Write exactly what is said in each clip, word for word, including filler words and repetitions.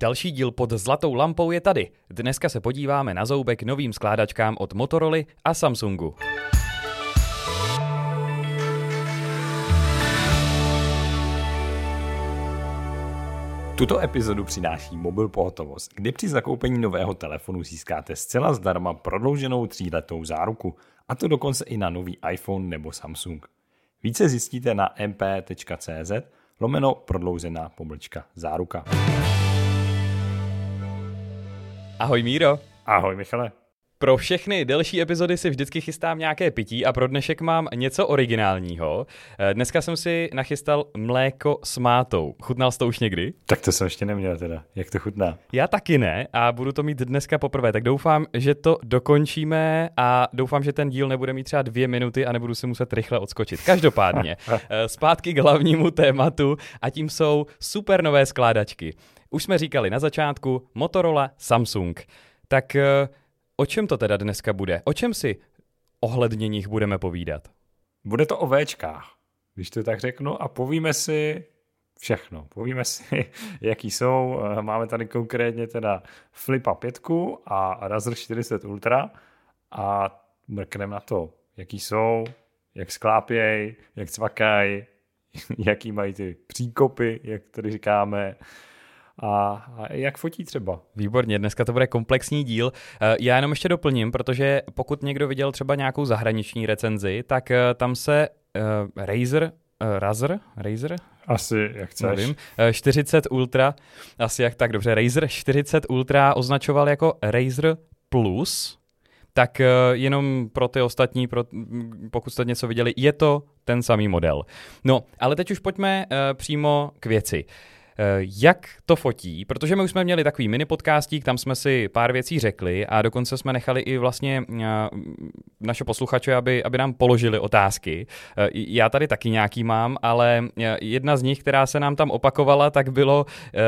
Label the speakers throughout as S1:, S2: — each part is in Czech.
S1: Další díl pod zlatou lampou je tady. Dneska se podíváme na zoubek novým skládačkám od Motorola a Samsungu.
S2: Tuto epizodu přináší Mobil Pohotovost, kde při zakoupení nového telefonu získáte zcela zdarma prodlouženou tříletou záruku, a to dokonce i na nový iPhone nebo Samsung. Více zjistíte na mp.cz lomeno prodloužená pomlčka záruka.
S1: Ahoj Míro.
S2: Ahoj Michale.
S1: Pro všechny delší epizody si vždycky chystám nějaké pití a pro dnešek mám něco originálního. Dneska jsem si nachystal mléko s mátou. Chutnal jsi to už někdy?
S2: Tak to jsem ještě neměl teda. Jak to chutná?
S1: Já taky ne a budu to mít dneska poprvé, tak doufám, že to dokončíme a doufám, že ten díl nebude mít třeba dvě minuty a nebudu si muset rychle odskočit. Každopádně, zpátky k hlavnímu tématu a tím jsou super nové skládačky. Už jsme říkali na začátku Motorola, Samsung. Tak o čem to teda dneska bude? O čem si ohledně nich budeme povídat?
S2: Bude to o véčkách, když to tak řeknu, a povíme si všechno. Povíme si, jaký jsou. Máme tady konkrétně teda Flipa pět a Razer čtyři sta Ultra a mrkneme na to, jaký jsou, jak sklápěj, jak cvakaj, jaký mají ty příkopy, jak tady říkáme, a, a jak fotí třeba.
S1: Výborně, dneska to bude komplexní díl. Já jenom ještě doplním, protože pokud někdo viděl třeba nějakou zahraniční recenzi, tak tam se uh, Razer, uh, Razer, Razer?
S2: Asi, jak chceš.
S1: Nevím, čtyřicet Ultra, asi jak tak dobře, Razer čtyřicet Ultra označoval jako Razer Plus, tak uh, jenom pro ty ostatní, pro, pokud jste něco viděli, je to ten samý model. No, ale teď už pojďme uh, přímo k věci. Jak to fotí, protože my už jsme měli takový mini podcastík, tam jsme si pár věcí řekli a dokonce jsme nechali i vlastně naše posluchače, aby, aby nám položili otázky. Já tady taky nějaký mám, ale jedna z nich, která se nám tam opakovala, tak bylo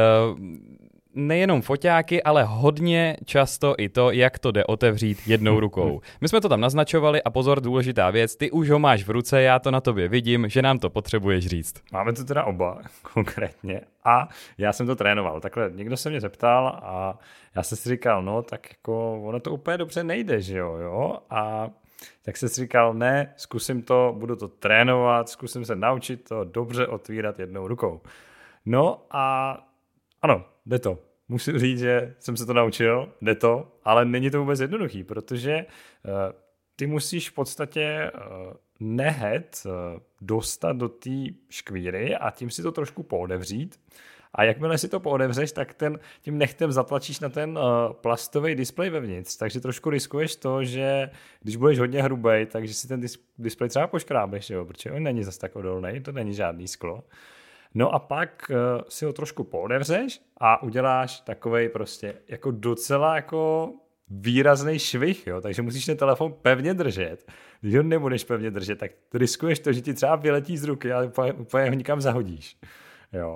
S1: nejenom foťáky, ale hodně často i to, jak to jde otevřít jednou rukou. My jsme to tam naznačovali a pozor, důležitá věc, ty už ho máš v ruce, já to na tobě vidím, že nám to potřebuješ říct.
S2: Máme to teda oba konkrétně a já jsem to trénoval. Takhle někdo se mě zeptal a já jsem si říkal, no tak jako ono to úplně dobře nejde, že jo, jo? A tak jsem si říkal, ne, zkusím to, budu to trénovat, zkusím se naučit to dobře otvírat jednou rukou. No a ano, jde to. Musím říct, že jsem se to naučil, jde to, ale není to vůbec jednoduchý, protože uh, ty musíš v podstatě uh, nehet uh, dostat do té škvíry a tím si to trošku poodevřít. A jakmile si to poodevřeš, tak ten, tím nechtem zatlačíš na ten uh, plastový displej vevnitř, takže trošku riskuješ to, že když budeš hodně hrubej, takže si ten dis- displej třeba poškrábeš, jo, protože on není zase tak odolný, to není žádný sklo. No a pak uh, si ho trošku poodevřeš a uděláš takovej prostě jako docela jako výrazný švih, jo, takže musíš ten telefon pevně držet. Když ho nebudeš pevně držet, tak riskuješ to, že ti třeba vyletí z ruky, ale úplně, úplně ho nikam zahodíš, jo.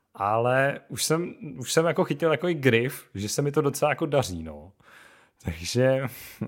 S2: Ale už jsem, už jsem jako chytil takový grif, že se mi to docela jako daří, no. Takže...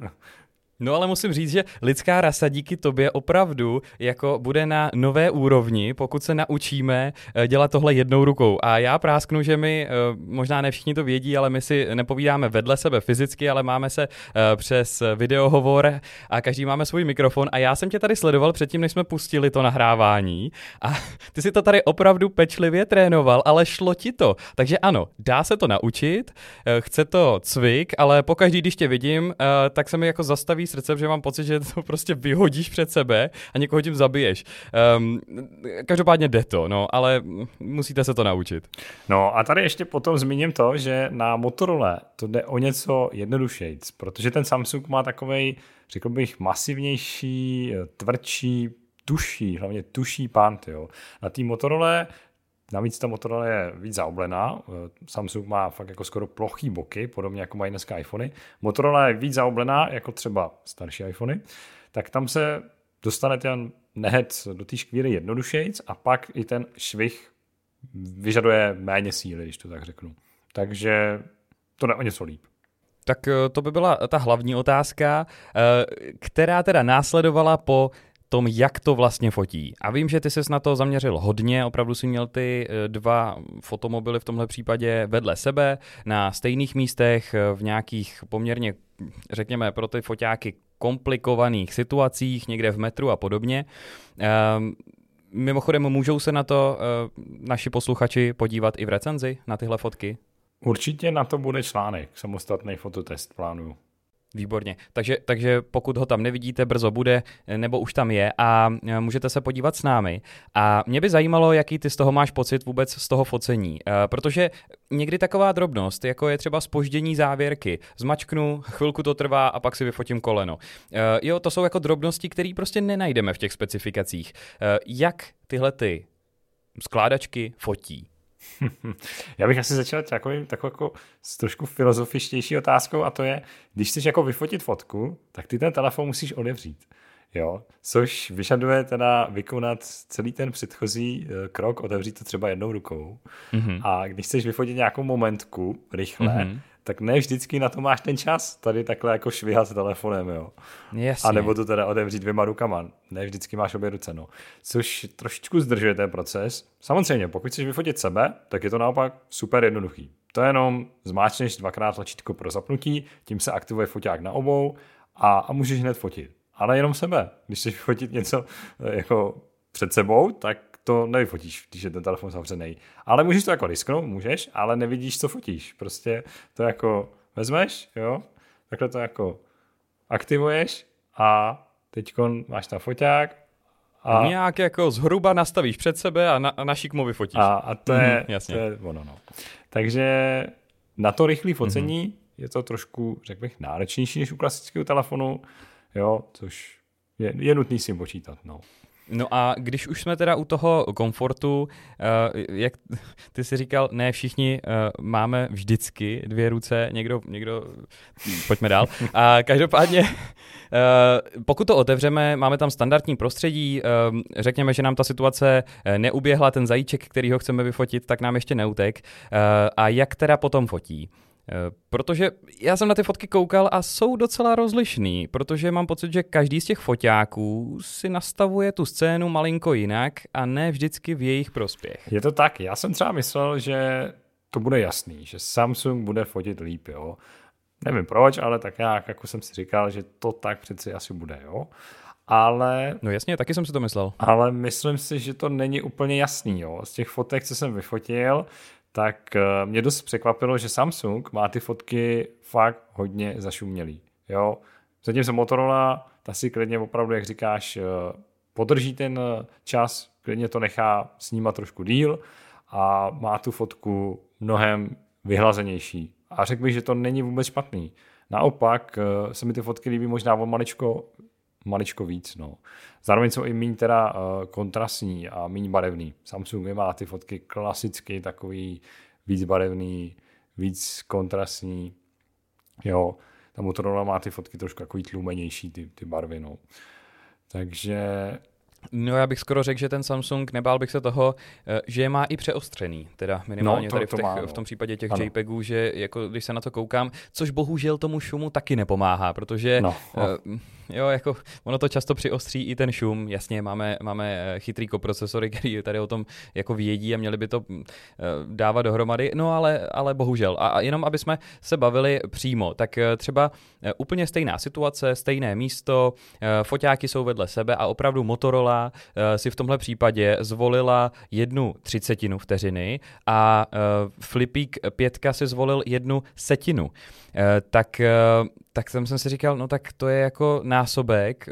S1: No ale musím říct, že lidská rasa díky tobě opravdu jako bude na nové úrovni, pokud se naučíme dělat tohle jednou rukou. A já prásknu, že my, možná ne všichni to vědí, ale my si nepovídáme vedle sebe fyzicky, ale máme se přes videohovor a každý máme svůj mikrofon a já jsem tě tady sledoval předtím, než jsme pustili to nahrávání a ty si to tady opravdu pečlivě trénoval, ale šlo ti to. Takže ano, dá se to naučit, chce to cvik, ale pokaždý, když tě vidím, tak se mi jako zastaví srdce, že mám pocit, že to prostě vyhodíš před sebe a někoho tím zabiješ. Um, každopádně jde to, no, ale musíte se to naučit.
S2: No a tady ještě potom zmíním to, že na Motorola to jde o něco jednodušejc, protože ten Samsung má takovej, řekl bych, masivnější, tvrdší, tuší, hlavně tuší pant, jo. Na té Motorola navíc ta Motorola je víc zaoblená, Samsung má fakt jako skoro plochý boky, podobně jako mají dneska iPhony. Motorola je víc zaoblená, jako třeba starší iPhony, tak tam se dostane ten nehet do té škvíry jednodušejc a pak i ten švih vyžaduje méně síly, když to tak řeknu. Takže to jde o něco líp.
S1: Tak to by byla ta hlavní otázka, která teda následovala po tom, jak to vlastně fotí. A vím, že ty ses na to zaměřil hodně, opravdu si měl ty dva fotomobily v tomhle případě vedle sebe, na stejných místech, v nějakých poměrně, řekněme, pro ty foťáky komplikovaných situacích, někde v metru a podobně. Um, mimochodem, můžou se na to uh, naši posluchači podívat i v recenzi, na tyhle fotky?
S2: Určitě na to bude článek, samostatný fototest plánuju.
S1: Výborně. Takže, takže pokud ho tam nevidíte, brzo bude, nebo už tam je a můžete se podívat s námi. A mě by zajímalo, jaký ty z toho máš pocit vůbec z toho focení. Protože někdy taková drobnost, jako je třeba zpoždění závěrky. Zmačknu, chvilku to trvá a pak si vyfotím koleno. Jo, to jsou jako drobnosti, které prostě nenajdeme v těch specifikacích. Jak tyhle ty skládačky fotí?
S2: Já bych asi začal takovým, takovou jako s trošku filozofičtější otázkou, a to je, když chceš jako vyfotit fotku, tak ty ten telefon musíš otevřít. Jo? Což vyžaduje teda vykonat celý ten předchozí krok, otevřít to třeba jednou rukou. Mm-hmm. A když chceš vyfotit nějakou momentku rychle, mm-hmm. tak ne vždycky na to máš ten čas tady takhle jako švihat s telefonem, jo.
S1: Jasně.
S2: A nebo to teda otevřít dvěma rukama. Ne vždycky máš obě ruce, no. Což trošičku zdržuje ten proces. Samozřejmě, pokud chceš vyfotit sebe, tak je to naopak super jednoduchý. To je jenom zmáčkneš dvakrát tlačítko pro zapnutí, tím se aktivuje foťák na obou a, a můžeš hned fotit. Ale jenom sebe. Když chceš vyfotit něco jako před sebou, tak to nevyfotíš, když je ten telefon zavřený. Ale můžeš to jako risknout, můžeš, ale nevidíš, co fotíš. Prostě to jako vezmeš, jo, takhle to jako aktivuješ a teďko máš tam foťák.
S1: A nějak jako zhruba nastavíš před sebe a na, a na šikmo vyfotíš.
S2: A, a to, je,
S1: mm, jasně.
S2: to je ono, no. Takže na to rychlé focení mm-hmm. je to trošku, řekl bych, náročnější než u klasického telefonu, jo, což je, je nutný si jim počítat, no.
S1: No a když už jsme teda u toho komfortu, uh, jak ty jsi říkal, ne všichni uh, máme vždycky dvě ruce, někdo, někdo, pojďme dál. A každopádně, uh, pokud to otevřeme, máme tam standardní prostředí, uh, řekněme, že nám ta situace neuběhla, ten zajíček, který ho chceme vyfotit, tak nám ještě neutek. Uh, a jak teda potom fotí? Protože já jsem na ty fotky koukal a jsou docela rozlišný, protože mám pocit, že každý z těch foťáků si nastavuje tu scénu malinko jinak a ne vždycky v jejich prospěch.
S2: Je to tak, já jsem třeba myslel, že to bude jasný, že Samsung bude fotit líp, jo. Nevím proč, ale tak nějak, jako jsem si říkal, že to tak přeci asi bude, jo. Ale...
S1: No jasně, taky jsem si to myslel.
S2: Ale myslím si, že to není úplně jasný, jo. Z těch fotek, co jsem vyfotil, tak mě dost překvapilo, že Samsung má ty fotky fakt hodně zašumělý. Jo? Zatímco Motorola, ta si klidně opravdu, jak říkáš, podrží ten čas, klidně to nechá snímat trošku díl a má tu fotku mnohem vyhlazenější. A řekl bych, že to není vůbec špatný. Naopak se mi ty fotky líbí možná o maličko, maličko víc. No. Zároveň jsou i míň teda uh, kontrastní a míň barevný. Samsung má ty fotky klasicky takový víc barevný, víc kontrastní. Jo, ta Motorola má ty fotky trošku takový tlumenější, ty, ty barvy. No. Takže...
S1: No já bych skoro řekl, že ten Samsung, nebál bych se toho, že je má i přeostřený, teda minimálně no, to, tady v, těch, má, no. v tom případě těch ano. JPEGů, že jako když se na to koukám, což bohužel tomu šumu taky nepomáhá, protože no, no. Uh, jo, jako ono to často přiostří i ten šum, jasně, máme, máme chytrý koprocesory, který tady o tom jako vědí a měli by to uh, dávat dohromady, no ale, ale bohužel. A, a jenom aby jsme se bavili přímo, tak uh, třeba uh, úplně stejná situace, stejné místo, uh, foťáky jsou vedle sebe a opravdu Motorola si v tomhle případě zvolila jednu třicetinu vteřiny a Flipík pětka si zvolil jednu setinu. Tak, tak jsem si říkal, no tak to je jako násobek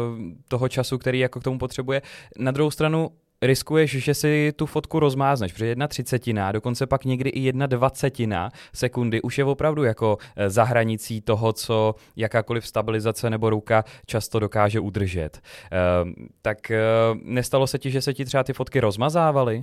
S1: toho času, který jako k tomu potřebuje. Na druhou stranu riskuješ, že si tu fotku rozmázneš, protože jedna třicetina, dokonce pak někdy i jedna dvacetina sekundy už je opravdu jako za hranicí toho, co jakákoliv stabilizace nebo ruka často dokáže udržet. Uh, tak uh, nestalo se ti, že se ti třeba ty fotky rozmazávaly?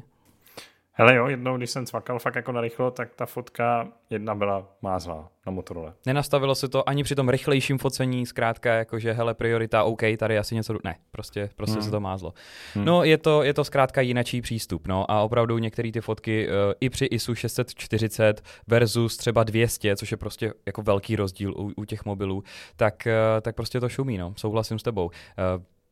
S2: Hele jo, jednou, když jsem cvakal fakt jako narychlo, tak ta fotka jedna byla mázlá na Motorola.
S1: Nenastavilo se to ani při tom rychlejším focení, zkrátka jakože hele priorita, OK, tady asi něco, ne, prostě, prostě hmm. se to mázlo. Hmm. No je to, je to zkrátka jinačí přístup, no a opravdu některé ty fotky uh, i při I S U šest set čtyřicet versus třeba dvě stě, což je prostě jako velký rozdíl u, u těch mobilů, tak, uh, tak prostě to šumí, no, souhlasím s tebou. Uh,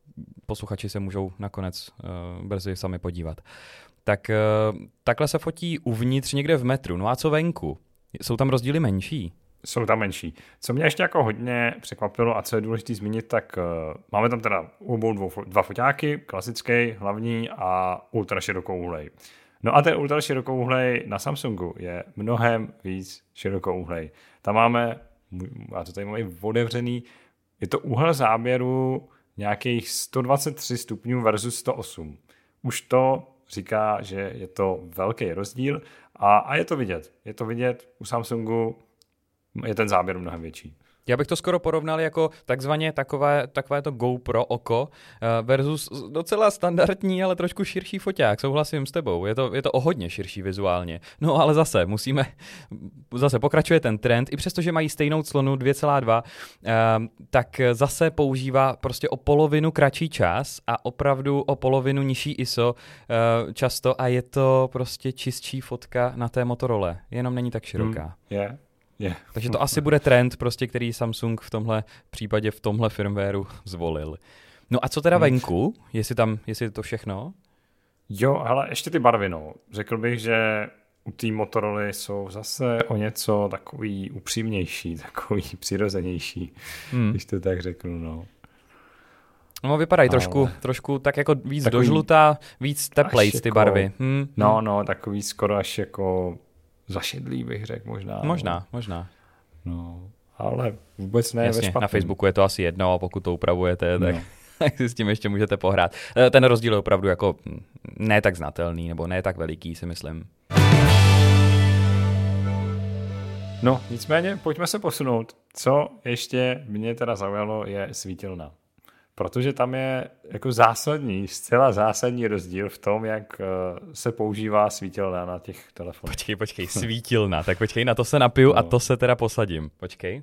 S1: posluchači se můžou nakonec uh, brzy sami podívat. Tak uh, takhle se fotí uvnitř někde v metru. No a co venku? Jsou tam rozdíly menší?
S2: Jsou tam menší. Co mě ještě jako hodně překvapilo a co je důležité zmínit, tak uh, máme tam teda obou dvou, dva foťáky, klasický, hlavní a ultra širokouhlej. No a ten ultra širokouhlej na Samsungu je mnohem víc širokouhlej. Tam máme, a to tady máme otevřený, je to úhel záběru nějakých sto dvacet tři stupňů versus sto osm. Už to říká, že je to velký rozdíl a, a je to vidět. Je to vidět u Samsungu, je ten záběr mnohem větší.
S1: Já bych to skoro porovnal jako takzvaně takové, takové to GoPro oko versus docela standardní, ale trošku širší foťák. Souhlasím s tebou, je to, je to o hodně širší vizuálně. No ale zase musíme, zase pokračuje ten trend, i přesto, že mají stejnou clonu dvě celá dva, tak zase používá prostě o polovinu kratší čas a opravdu o polovinu nižší I S O často a je to prostě čistší fotka na té Motorola, jenom není tak široká.
S2: Hmm, yeah. Yeah.
S1: Takže to asi bude trend, prostě, který Samsung v tomhle případě v tomhle firmwareu zvolil. No a co teda venku? Jestli tam, jestli to všechno?
S2: Jo, ale ještě ty barvy, no. Řekl bych, že u té Motoroly jsou zase o něco takový upřímnější, takový přirozenější, hmm. když to tak řeknu, no.
S1: No, vypadají ale... trošku, trošku tak jako víc takový... dožlutá, víc teplejc ty jako... barvy. Hmm.
S2: No, no, takový skoro až jako zašedlý bych řekl možná.
S1: Možná,
S2: no.
S1: možná.
S2: No, ale vůbec ne.
S1: Jasně, na Facebooku je to asi jedno a pokud to upravujete, tak, no. tak si s tím ještě můžete pohrát. Ten rozdíl je opravdu jako ne tak znatelný, nebo ne tak veliký, si myslím.
S2: No, nicméně, pojďme se posunout. Co ještě mě teda zaujalo, je svítilna. Protože tam je jako zásadní, zcela zásadní rozdíl v tom, jak se používá svítilna na těch telefonech.
S1: Počkej, počkej, svítilna. Tak počkej, na to se napiju no. a to se teda posadím. Počkej.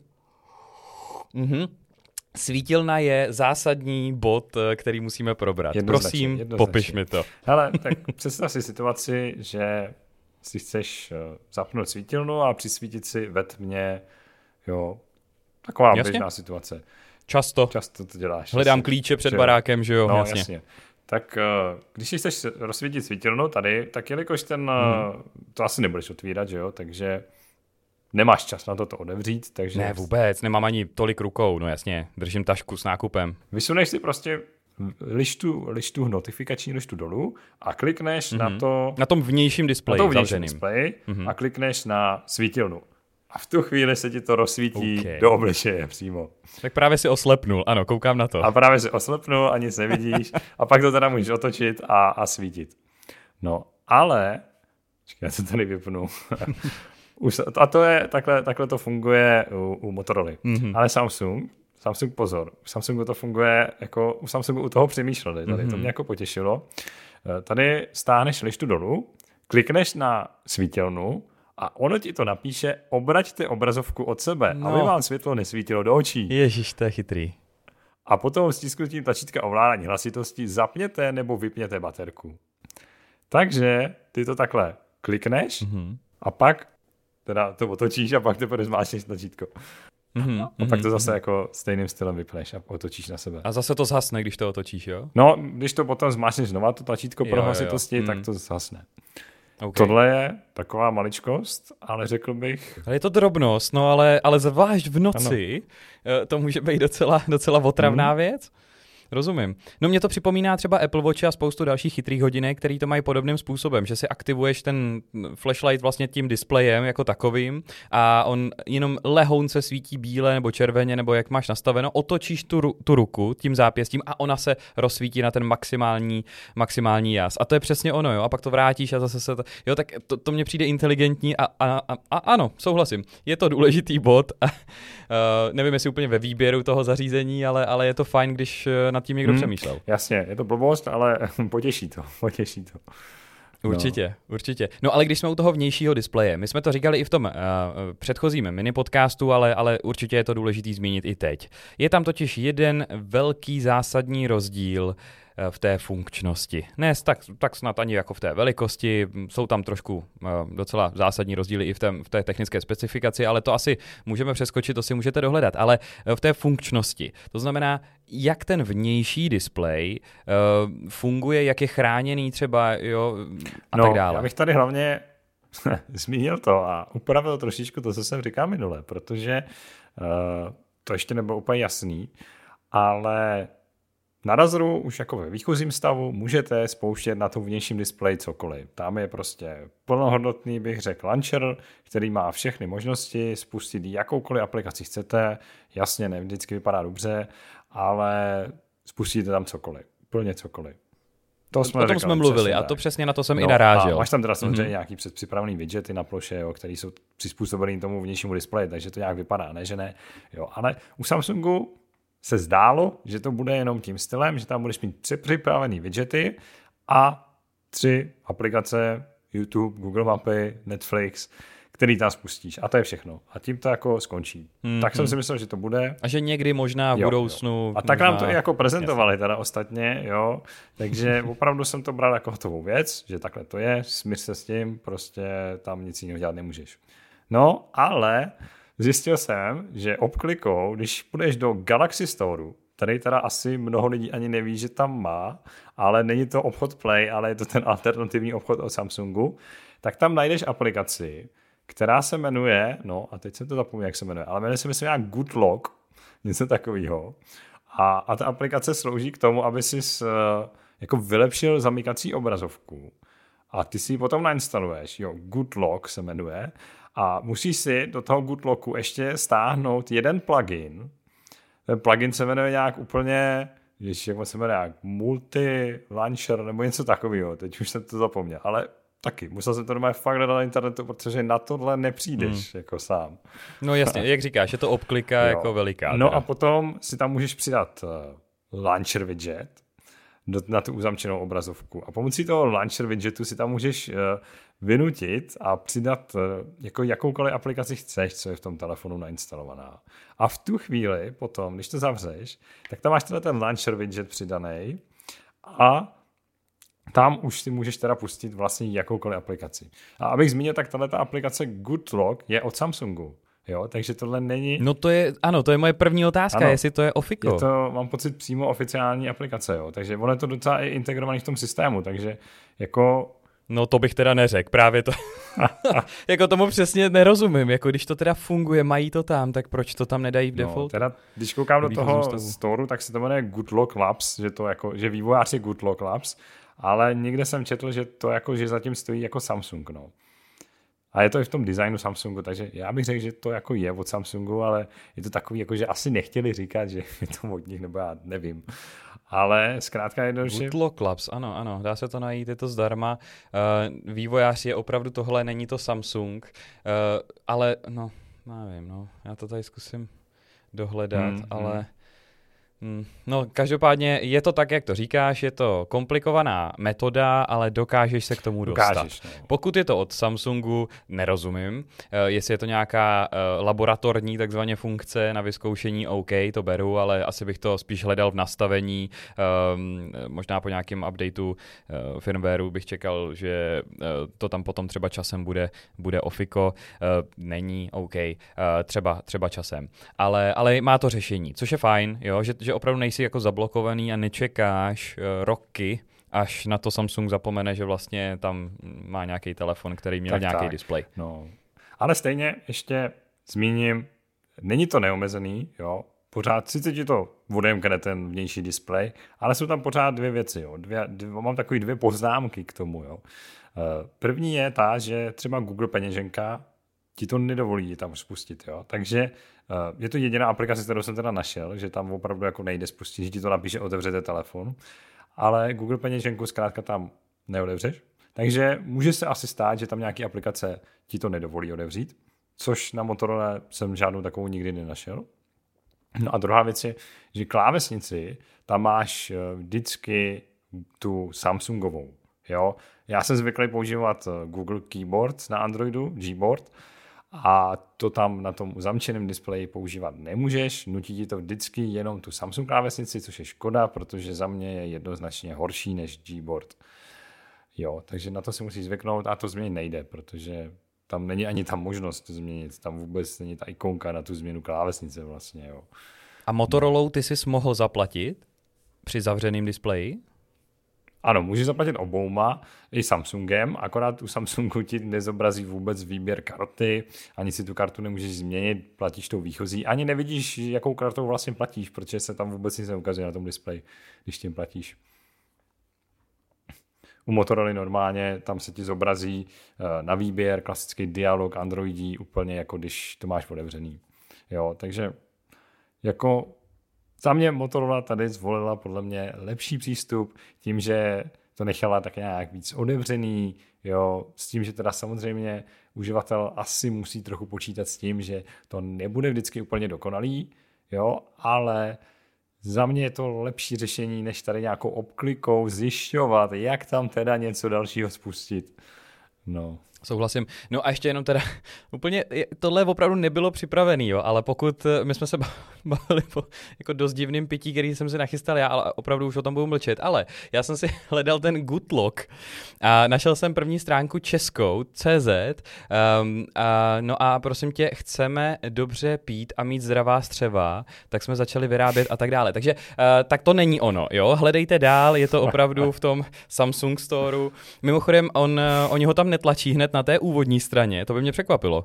S1: Mhm. Svítilna je zásadní bod, který musíme probrat.
S2: Jednoznačně,
S1: Prosím,
S2: jednoznačně.
S1: popiš mi to.
S2: Hele, tak představ si situaci, že si chceš zapnout svítilnu a přisvítit si ve tmě, jo, taková
S1: Jasně?
S2: běžná situace.
S1: Často.
S2: Často to děláš.
S1: Hledám
S2: jasně.
S1: klíče před
S2: že
S1: barákem, že jo,
S2: no,
S1: jasně.
S2: jasně. Tak když si chceš rozsvítit svítilnu tady, tak jelikož ten, hmm. to asi nebudeš otvírat, že jo, takže nemáš čas na to to otevřít, takže...
S1: Ne, vůbec, nemám ani tolik rukou, no jasně, držím tašku s nákupem.
S2: Vysuneš si prostě lištu, lištu notifikační lištu dolů a klikneš mm-hmm. na to...
S1: Na tom vnějším displeji.
S2: Na tom vnějším displeji mm-hmm. a klikneš na svítilnu. A v tu chvíli se ti to rozsvítí okay. do obličeje přímo.
S1: Tak právě si oslepnul, ano, koukám na to.
S2: A právě si oslepnul a nic nevidíš a pak to teda můžeš otočit a, a svítit. No, ale... Počkej, já to tady vypnu. A to je, takhle, takhle to funguje u, u Motorola. Mm-hmm. Ale Samsung, Samsung pozor, u Samsungu to funguje jako, u Samsungu u toho přemýšleli, tady mm-hmm. to mě jako potěšilo. Tady stáhneš lištu dolů, klikneš na svítilnu a ono ti to napíše, obraťte obrazovku od sebe, no. aby vám světlo nesvítilo do očí.
S1: Ježiš, to je chytrý.
S2: A potom stisknutím tlačítka ovládání hlasitosti zapněte nebo vypněte baterku. Takže ty to takhle klikneš mm-hmm. a pak teda to otočíš a pak teprve zmáčneš tlačítko. Mm-hmm, a pak to zase jako stejným stylem vypneš a otočíš na sebe.
S1: A zase to zhasne, když to otočíš, jo?
S2: No, když to potom zmáčneš znova, to tlačítko pro hlasitosti, mm. tak to zhasne. Okay. Tohle je taková maličkost, ale řekl bych...
S1: Ale je to drobnost, no ale, ale zvlášť v noci ano. to může být docela, docela otravná mm. věc. Rozumím. No mě to připomíná třeba Apple Watch a spoustu dalších chytrých hodinek, který to mají podobným způsobem, že si aktivuješ ten flashlight vlastně tím displejem jako takovým a on jenom lehounce svítí bíle nebo červeně nebo jak máš nastaveno, otočíš tu, tu ruku tím zápěstím a ona se rozsvítí na ten maximální, maximální jas. A to je přesně ono, jo. A pak to vrátíš a zase se to... Jo, tak to, to mně přijde inteligentní a, a, a, a ano, souhlasím. Je to důležitý bod a uh, nevím, jestli úplně ve výběru toho zařízení, ale, ale je to fajn, když nad tím někdo hmm, přemýšlel.
S2: Jasně, je to blbost, ale potěší to, potěší to.
S1: Určitě, no. určitě. No ale když jsme u toho vnějšího displeje, my jsme to říkali i v tom uh, předchozím mini podcastu, ale, ale určitě je to důležitý zmínit i teď. Je tam totiž jeden velký zásadní rozdíl, uh, v té funkčnosti. Ne tak, tak snad ani jako v té velikosti, jsou tam trošku docela zásadní rozdíly i v té, v té technické specifikaci, ale to asi můžeme přeskočit, to si můžete dohledat, ale v té funkčnosti. To znamená, jak ten vnější displej uh, funguje, jak je chráněný třeba, jo, a
S2: no,
S1: tak dále.
S2: Já bych tady hlavně zmínil to a upravil trošičku to, co jsem říkal minule, protože uh, to ještě nebylo úplně jasný, ale na Razeru už jako ve výchozím stavu můžete spouštět na tom vnějším displeji cokoliv. Tam je prostě plnohodnotný, bych řekl, launcher, který má všechny možnosti, spustit jakoukoliv aplikaci chcete, jasně, ne vždycky vypadá dobře, ale spustíte tam cokoliv, plně cokoliv.
S1: To jsme o tom jsme mluvili a to přesně na to jsem no, i narážel.
S2: A máš tam teda samozřejmě mm-hmm. nějaký předpřipravený widgety na ploše, jo, který jsou přizpůsobený tomu vnějšímu displeji, takže to nějak vypadá, ne, že ne. Jo, ale u Samsungu se zdálo, že to bude jenom tím stylem, že tam budeš mít tři připravený widgety a tři aplikace YouTube, Google Mapy, Netflix, který tam spustíš. A to je všechno. A tím to jako skončí. Mm-hmm. Tak jsem si myslel, že to bude.
S1: A že někdy možná v jo, budoucnu. Jo.
S2: A tak
S1: možná...
S2: nám to i jako prezentovali teda ostatně, jo. Takže opravdu jsem to bral jako hotovou věc, že takhle to je, smíř se s tím, prostě tam nic jiného dělat nemůžeš. No, ale zjistil jsem, že obklikou, když půjdeš do Galaxy Storeu, tady teda asi mnoho lidí ani neví, že tam má, ale není to obchod Play, ale je to ten alternativní obchod od Samsungu, tak tam najdeš aplikaci, která se jmenuje, no a teď jsem to zapomněl, jak se jmenuje, ale jmenuje se myslím nějak Good Lock, něco takového. A, a ta aplikace slouží k tomu, aby si s, jako vylepšil zamykací obrazovku. A ty si ji potom nainstaluješ, jo, Good Lock se jmenuje, a musíš si do toho Good Locku ještě stáhnout jeden plugin. Ten plugin se jmenuje nějak úplně, ještě jak se jmenuje, nějak Multi Launcher nebo něco takového, teď už jsem to zapomněl, ale taky, musel jsem to doma fakt hledat na internetu, protože na tohle nepřijdeš hmm. jako sám.
S1: No jasně, jak říkáš, je to obklika jako veliká.
S2: No teda. A potom si tam můžeš přidat uh, launcher widget do, na tu uzamčenou obrazovku. A pomocí toho launcher widgetu si tam můžeš uh, vynutit a přidat uh, jako jakoukoliv aplikaci chceš, co je v tom telefonu nainstalovaná. A v tu chvíli potom, když to zavřeš, tak tam máš teda ten launcher widget přidaný a tam už si můžeš teda pustit vlastně jakoukoliv aplikaci. A abych zmínil, tak tato aplikace Good Lock je od Samsungu. Jo, takže tohle není...
S1: No to je, ano, to je moje první otázka, ano, jestli to je Ofiko.
S2: Je to, mám pocit, přímo oficiální aplikace, jo, takže ono je to docela i integrovaný v tom systému, takže jako...
S1: No to bych teda neřekl, právě to, jako tomu přesně nerozumím, jako když to teda funguje, mají to tam, tak proč to tam nedají v
S2: no,
S1: default?
S2: Teda, když koukám do toho storu, tak se to jmenuje Good Lock Labs, že to jako, že vývojář je Good Lock Labs, ale někde jsem četl, že to jako, že zatím stojí jako Samsung, no. A je to i v tom designu Samsungu, takže já bych řekl, že to jako je od Samsungu, ale je to takový, jako, že asi nechtěli říkat, že je to od nich, nebo já nevím. Ale zkrátka jednoduše...
S1: Good Lock Labs, ano, ano, dá se to najít, je to zdarma. Uh, vývojář je opravdu tohle, není to Samsung, uh, ale no, nevím, no, já to tady zkusím dohledat, hmm, ale... Hmm. No, každopádně je to tak, jak to říkáš, je to komplikovaná metoda, ale dokážeš se k tomu
S2: dokážeš,
S1: dostat.
S2: No.
S1: Pokud je to od Samsungu, nerozumím. Uh, jestli je to nějaká uh, laboratorní takzvaně funkce na vyzkoušení, OK, to beru, ale asi bych to spíš hledal v nastavení, um, možná po nějakém updateu uh, firmwareu bych čekal, že uh, to tam potom třeba časem bude, bude Ofiko. Uh, není OK, uh, třeba, třeba časem. Ale, ale má to řešení, což je fajn, jo, že, že že opravdu nejsi jako zablokovaný a nečekáš uh, roky, až na to Samsung zapomene, že vlastně tam má nějaký telefon, který měl tak, nějaký tak. displej.
S2: No. Ale stejně ještě zmíním, není to neomezený, jo, pořád sice ti to odemkne ten vnější displej, ale jsou tam pořád dvě věci, jo. Dvě, dvě, mám takový dvě poznámky k tomu, jo. Uh, první je ta, že třeba Google peněženka ti to nedovolí tam spustit, jo. Takže uh, je to jediná aplikace, kterou jsem teda našel, že tam opravdu jako nejde spustit, že ti to napíše otevřete telefon, ale Google peněženku zkrátka tam neotevřeš. Takže může se asi stát, že tam nějaké aplikace ti to nedovolí otevřít, což na Motorola jsem žádnou takovou nikdy nenašel. No a druhá věc je, že klávesnici tam máš vždycky tu Samsungovou. Jo? Já jsem zvyklý používat Google Keyboard na Androidu, Gboard, a to tam na tom zamčeném displeji používat nemůžeš, nutí ti to vždycky jenom tu Samsung klávesnici, což je škoda, protože za mě je jednoznačně horší než Gboard. Jo, takže na to si musíš zvyknout a to změnit nejde, protože tam není ani ta možnost to změnit, tam vůbec není ta ikonka na tu změnu klávesnice vlastně, jo.
S1: A Motorolou ty jsi mohl zaplatit při zavřeném displeji?
S2: Ano, můžeš zaplatit obouma, i Samsungem, akorát u Samsungu ti nezobrazí vůbec výběr karty, ani si tu kartu nemůžeš změnit, platíš tou výchozí, ani nevidíš, jakou kartou vlastně platíš, protože se tam vůbec nic neukazuje na tom displeji, když tím platíš. U Motorola normálně tam se ti zobrazí na výběr klasický dialog Androidí, úplně jako když to máš otevřený. Jo, takže jako za mě Motorola tady zvolila podle mě lepší přístup tím, že to nechala tak nějak víc otevřený, jo, s tím, že teda samozřejmě uživatel asi musí trochu počítat s tím, že to nebude vždycky úplně dokonalý, jo, ale za mě je to lepší řešení, než tady nějakou obklikou zjišťovat, jak tam teda něco dalšího spustit. No.
S1: Souhlasím. No a ještě jenom teda úplně, tohle opravdu nebylo připravený, jo, ale pokud my jsme se bavili po jako dost divným pití, který jsem si nachystal já, ale opravdu už o tom budu mlčet, ale já jsem si hledal ten Good Lock a našel jsem první stránku českou, C Z, um, a, no a prosím tě, chceme dobře pít a mít zdravá střeva, tak jsme začali vyrábět a tak dále. Takže uh, tak to není ono, jo, hledejte dál, je to opravdu v tom Samsung Storeu. Mimochodem, on, uh, oni ho tam netlačí hned na té úvodní straně, to by mě překvapilo.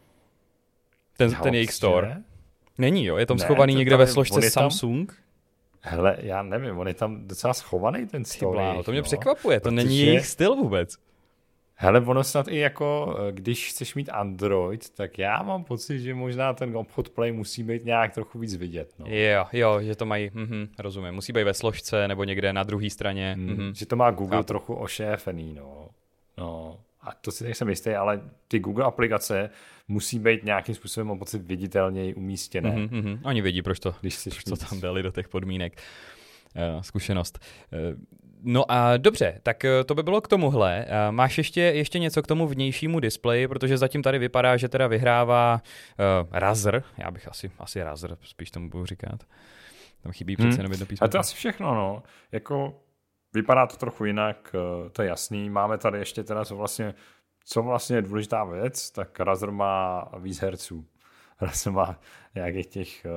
S1: Ten, ten jejich store. Není, jo? Je tam ne, schovaný to někde tam, ve složce Samsung?
S2: Tam, hele, já nevím, on je tam docela schovaný ten store.
S1: Bláho, to mě no, překvapuje, to protože, není jejich styl vůbec.
S2: Hele, ono snad i jako, když chceš mít Android, tak já mám pocit, že možná ten obchod Play musí být nějak trochu víc vidět. No.
S1: Jo, jo, že to mají, mhm, rozumím, musí být ve složce nebo někde na druhé straně.
S2: Hmm,
S1: mhm.
S2: Že to má Google Chápu. Trochu ošéfený, no. No. A to si nejsem jistý, ale ty Google aplikace musí být nějakým způsobem o pocit viditelněji umístěné.
S1: Mm-hmm, mm-hmm. Oni vědí, proč to, proč to tam dali do těch podmínek. Uh, zkušenost. Uh, no a dobře, tak to by bylo k tomuhle. Uh, máš ještě, ještě něco k tomu vnějšímu displeji, protože zatím tady vypadá, že teda vyhrává uh, Razer. Já bych asi, asi Razer, spíš tomu budu říkat. Tam chybí přece jenom jedno písmo.
S2: A to asi všechno, no. Jako vypadá to trochu jinak, to je jasný. Máme tady ještě teda, co vlastně, co vlastně je důležitá věc, tak Razer má víc herců. Razer má nějakých těch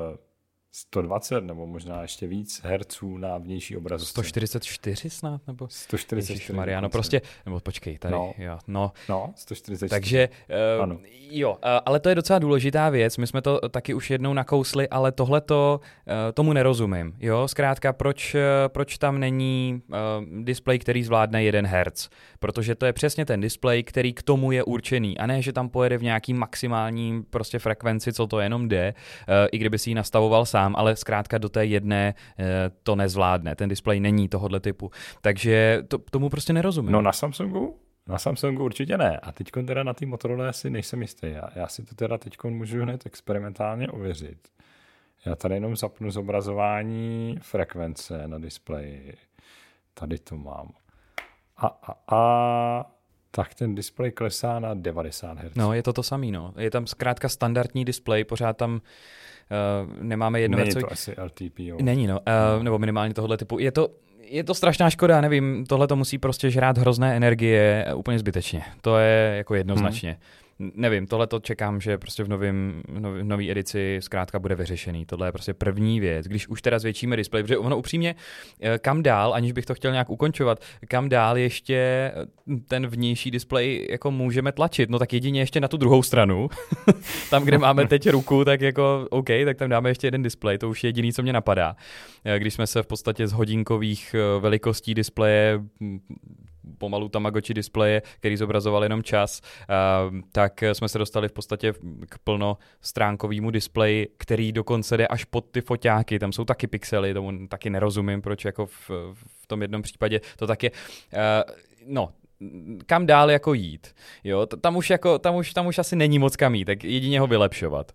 S2: sto dvacet nebo možná ještě víc herců na vnější obrazovce.
S1: sto čtyřicet čtyři snad? Nebo?
S2: sto čtyřicet čtyři.
S1: Ježišmarja, no prostě, nebo počkej, tady,
S2: no.
S1: jo, no.
S2: No, sto čtyřicet čtyři.
S1: Takže, uh, ano. jo, uh, ale to je docela důležitá věc, my jsme to taky už jednou nakousli, ale tohleto, uh, tomu nerozumím, jo, zkrátka, proč, uh, proč tam není uh, displej, který zvládne jeden hertz, protože to je přesně ten displej, který k tomu je určený, a ne, že tam pojede v nějaký maximální prostě frekvenci, co to jenom jde, uh, i kdyby si ji nastavoval sám, ale zkrátka do té jedné uh, to nezvládne, ten displej není tohohle typu, takže to, tomu prostě nerozumím.
S2: No na Samsungu? Na Samsungu určitě ne. A teď teda na té Motorola si nejsem jistý. Já, já si to teda teď můžu hned experimentálně ověřit. Já tady jenom zapnu zobrazování frekvence na displeji. Tady to mám. A, a, a tak ten displej klesá na devadesát hertzů.
S1: No, je to to samý, no. Je tam zkrátka standardní displej, pořád tam uh, nemáme jedno...
S2: Není to asi L T P O.
S1: Není, no. Uh, nebo minimálně tohle typu. Je to... Je to strašná škoda, nevím, tohle to musí prostě žrát hrozné energie úplně zbytečně. To je jako jednoznačně. Hmm. Nevím, tohle to čekám, že prostě v novém v nový edici zkrátka bude vyřešený. Tohle je prostě první věc. Když už teda zvětšíme displej, protože ono upřímně, kam dál, aniž bych to chtěl nějak ukončovat, kam dál ještě ten vnější displej jako můžeme tlačit, no tak jedině ještě na tu druhou stranu. Tam, kde máme teď ruku, tak jako OK, tak tam dáme ještě jeden displej, to už je jediný, co mě napadá. Když jsme se v podstatě z hodinkových velikostí displeje, pomalu Tamagotchi displeje, který zobrazoval jenom čas, tak jsme se dostali v podstatě k plnostránkovému displeji, který dokonce jde až pod ty foťáky, tam jsou taky pixely, tomu taky nerozumím, proč jako v, v tom jednom případě to tak je. No, kam dál jako jít, jo, tam už, jako, tam už, tam už asi není moc kam jít, tak jedině ho vylepšovat.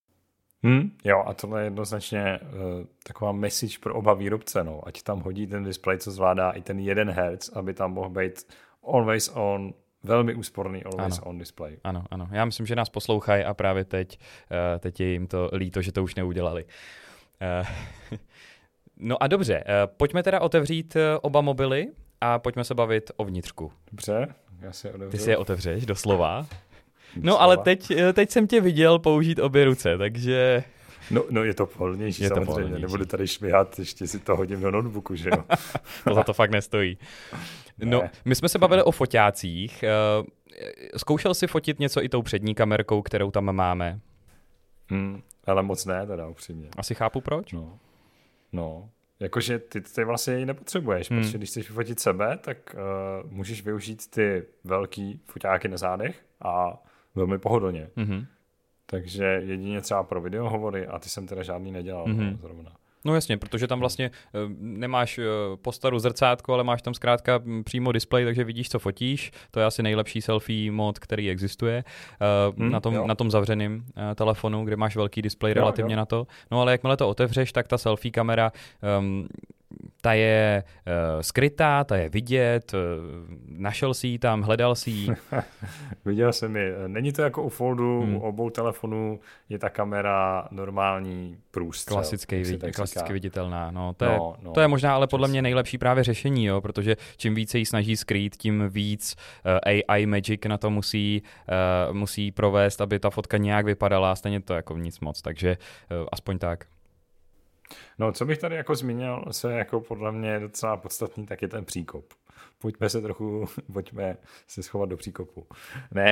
S2: Hmm, jo, a tohle je jednoznačně uh, taková message pro oba výrobce, no. Ať tam hodí ten displej, co zvládá i ten jeden hertz, aby tam mohl být always on velmi úsporný always
S1: ano.
S2: on display.
S1: Ano, ano. Já myslím, že nás poslouchají a právě teď, uh, teď je jim to líto, že to už neudělali. Uh, no a dobře, uh, pojďme teda otevřít uh, oba mobily a pojďme se bavit o vnitřku.
S2: Dobře, já si je otevřu.
S1: Ty si je otevřeš, doslova. No ale teď, teď jsem tě viděl použít obě ruce, takže...
S2: No, no je to pohodlnější
S1: je to
S2: samozřejmě,
S1: pohodlnější.
S2: Nebudu tady švihat, ještě si to hodím do notebooku, že jo.
S1: To za to fakt nestojí.
S2: Ne.
S1: No, my jsme se bavili o foťácích. Zkoušel jsi fotit něco i tou přední kamerkou, kterou tam máme?
S2: Hmm, ale moc ne, teda upřímně.
S1: Asi chápu proč?
S2: No, no. Jakože ty, ty vlastně ji nepotřebuješ, hmm. protože když chceš vyfotit sebe, tak uh, můžeš využít ty velký foťáky na zádech a velmi pohodlně. Mm-hmm. Takže jedině třeba pro videohovory a ty jsem teda žádný nedělal mm-hmm. no, zrovna.
S1: No jasně, protože tam vlastně uh, nemáš uh, po staru zrcátko, ale máš tam zkrátka přímo displej, takže vidíš, co fotíš. To je asi nejlepší selfie mod, který existuje uh, hmm, na, tom, na tom zavřeném uh, telefonu, kde máš velký displej jo, relativně jo. na to. No ale jakmile to otevřeš, tak ta selfie kamera um, ta je uh, skrytá, ta je vidět, uh, našel si ji tam, hledal si ji.
S2: Viděl jsem ji. Není to jako u Foldu, hmm. u obou telefonů je ta kamera normální průstřel.
S1: Klasický, vid, klasicky viditelná. No, to,
S2: no,
S1: je,
S2: no,
S1: to je možná ale podle mě nejlepší právě řešení, jo, protože čím více ji snaží skrýt, tím víc uh, A I Magic na to musí, uh, musí provést, aby ta fotka nějak vypadala, stejně to jako nic moc, takže uh, aspoň tak.
S2: No, co bych tady jako zmínil, co je jako podle mě docela podstatný, tak je ten příkop. Pojďme se trochu, pojďme se schovat do příkopu. Ne,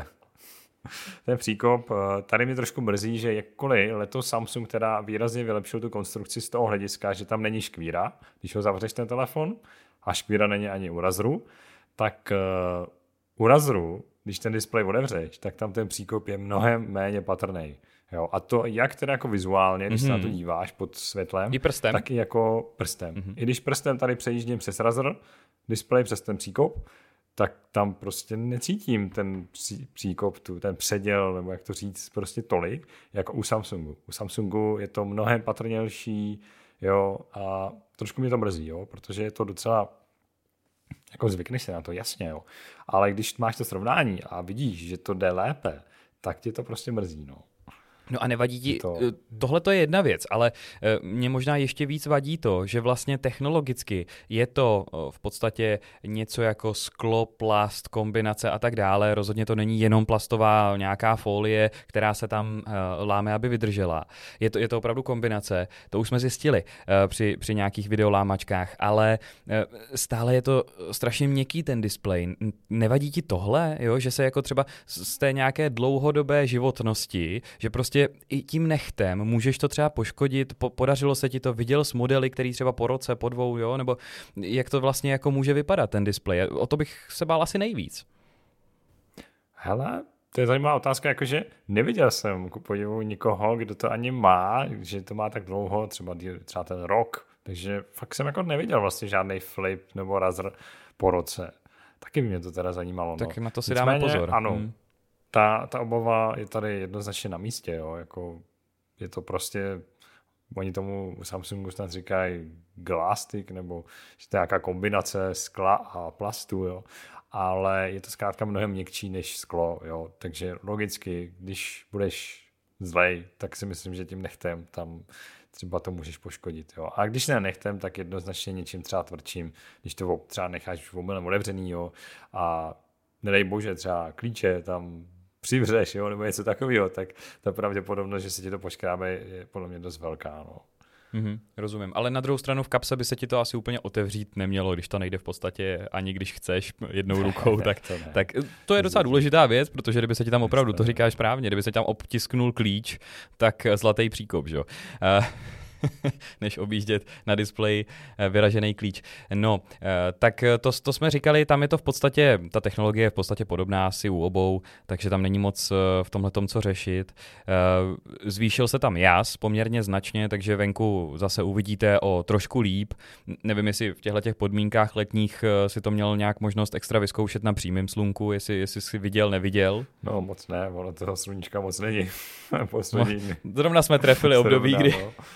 S2: ten příkop, tady mě trošku mrzí, že jakkoliv letos Samsung teda výrazně vylepšil tu konstrukci z toho hlediska, že tam není škvíra, když ho zavřeš ten telefon, a škvíra není ani u Razeru, tak uh, u Razeru, když ten displej otevřeš, tak tam ten příkop je mnohem méně patrný. Jo, a to jak teda jako vizuálně, když mm-hmm. se na to díváš pod světlem,
S1: I prstem.
S2: tak i jako prstem. Mm-hmm. I když prstem tady přejíždím přes Razer, displej přes ten příkop, tak tam prostě necítím ten pří, příkop, tu, ten předěl, nebo jak to říct, prostě tolik, jako u Samsungu. U Samsungu je to mnohem patrnější, jo, a trošku mě to mrzí, jo, protože je to docela, jako zvykneš se na to, jasně, jo, ale když máš to srovnání a vidíš, že to jde lépe, tak tě to prostě mrzí, no.
S1: No a nevadí ti, to... tohle to je jedna věc, ale mě možná ještě víc vadí to, že vlastně technologicky je to v podstatě něco jako sklo, plast, kombinace a tak dále. Rozhodně to není jenom plastová nějaká folie, která se tam láme, aby vydržela. Je to, je to opravdu kombinace, to už jsme zjistili při, při nějakých videolámačkách, ale stále je to strašně měkký ten displej. Nevadí ti tohle, jo? Že se jako třeba z té nějaké dlouhodobé životnosti, že prostě i tím nechtem můžeš to třeba poškodit, po, podařilo se ti to, viděl jsi modely, který třeba po roce, po dvou, jo, nebo jak to vlastně jako může vypadat ten displej. O to bych se bál asi nejvíc.
S2: Hele, to je zajímavá otázka, jakože neviděl jsem ku podivu nikoho, kdo to ani má, že to má tak dlouho, třeba, třeba ten rok, takže fakt jsem jako neviděl vlastně žádný flip nebo Razer po roce. Taky by mě to teda zajímalo.
S1: Tak
S2: no.
S1: na to si
S2: Nicméně,
S1: dáme pozor.
S2: Ano.
S1: Hmm.
S2: Ta, ta obava je tady jednoznačně na místě, jo, jako je to prostě, oni tomu Samsungu snad říkají glastic, nebo že to je nějaká kombinace skla a plastu, jo, ale je to zkrátka mnohem měkčí než sklo, jo, takže logicky, když budeš zlej, tak si myslím, že tím nechtem tam třeba to můžeš poškodit, jo, a když ne nechtem, tak jednoznačně něčím třeba tvrdším, když to třeba necháš v omylem otevřený, jo, a nedej bože, třeba klíče tam přivřeš, jo, nebo něco takového, tak ta pravděpodobnost, že se ti to poškrábe, je podle mě dost velká. No.
S1: Mm-hmm, rozumím, ale na druhou stranu v kapse by se ti to asi úplně otevřít nemělo, když to nejde v podstatě ani když chceš jednou rukou, tak, to tak to je docela důležitá věc, protože kdyby se ti tam opravdu, to říkáš správně, kdyby se ti tam obtisknul klíč, tak zlatý příkop, že jo. Uh, než objíždět na displeji vyražený klíč. No, tak to, to jsme říkali, tam je to v podstatě, ta technologie je v podstatě podobná asi u obou, takže tam není moc v tomhletom co řešit. Zvýšil se tam jas poměrně značně, takže venku zase uvidíte o trošku líp. Nevím, jestli v těchto těch podmínkách letních si to měl nějak možnost extra vyzkoušet na přímém slunku, jestli, jestli jsi viděl, neviděl.
S2: No moc ne, ono toho sluníčka moc není.
S1: No, zrovna jsme trefili období, kdy...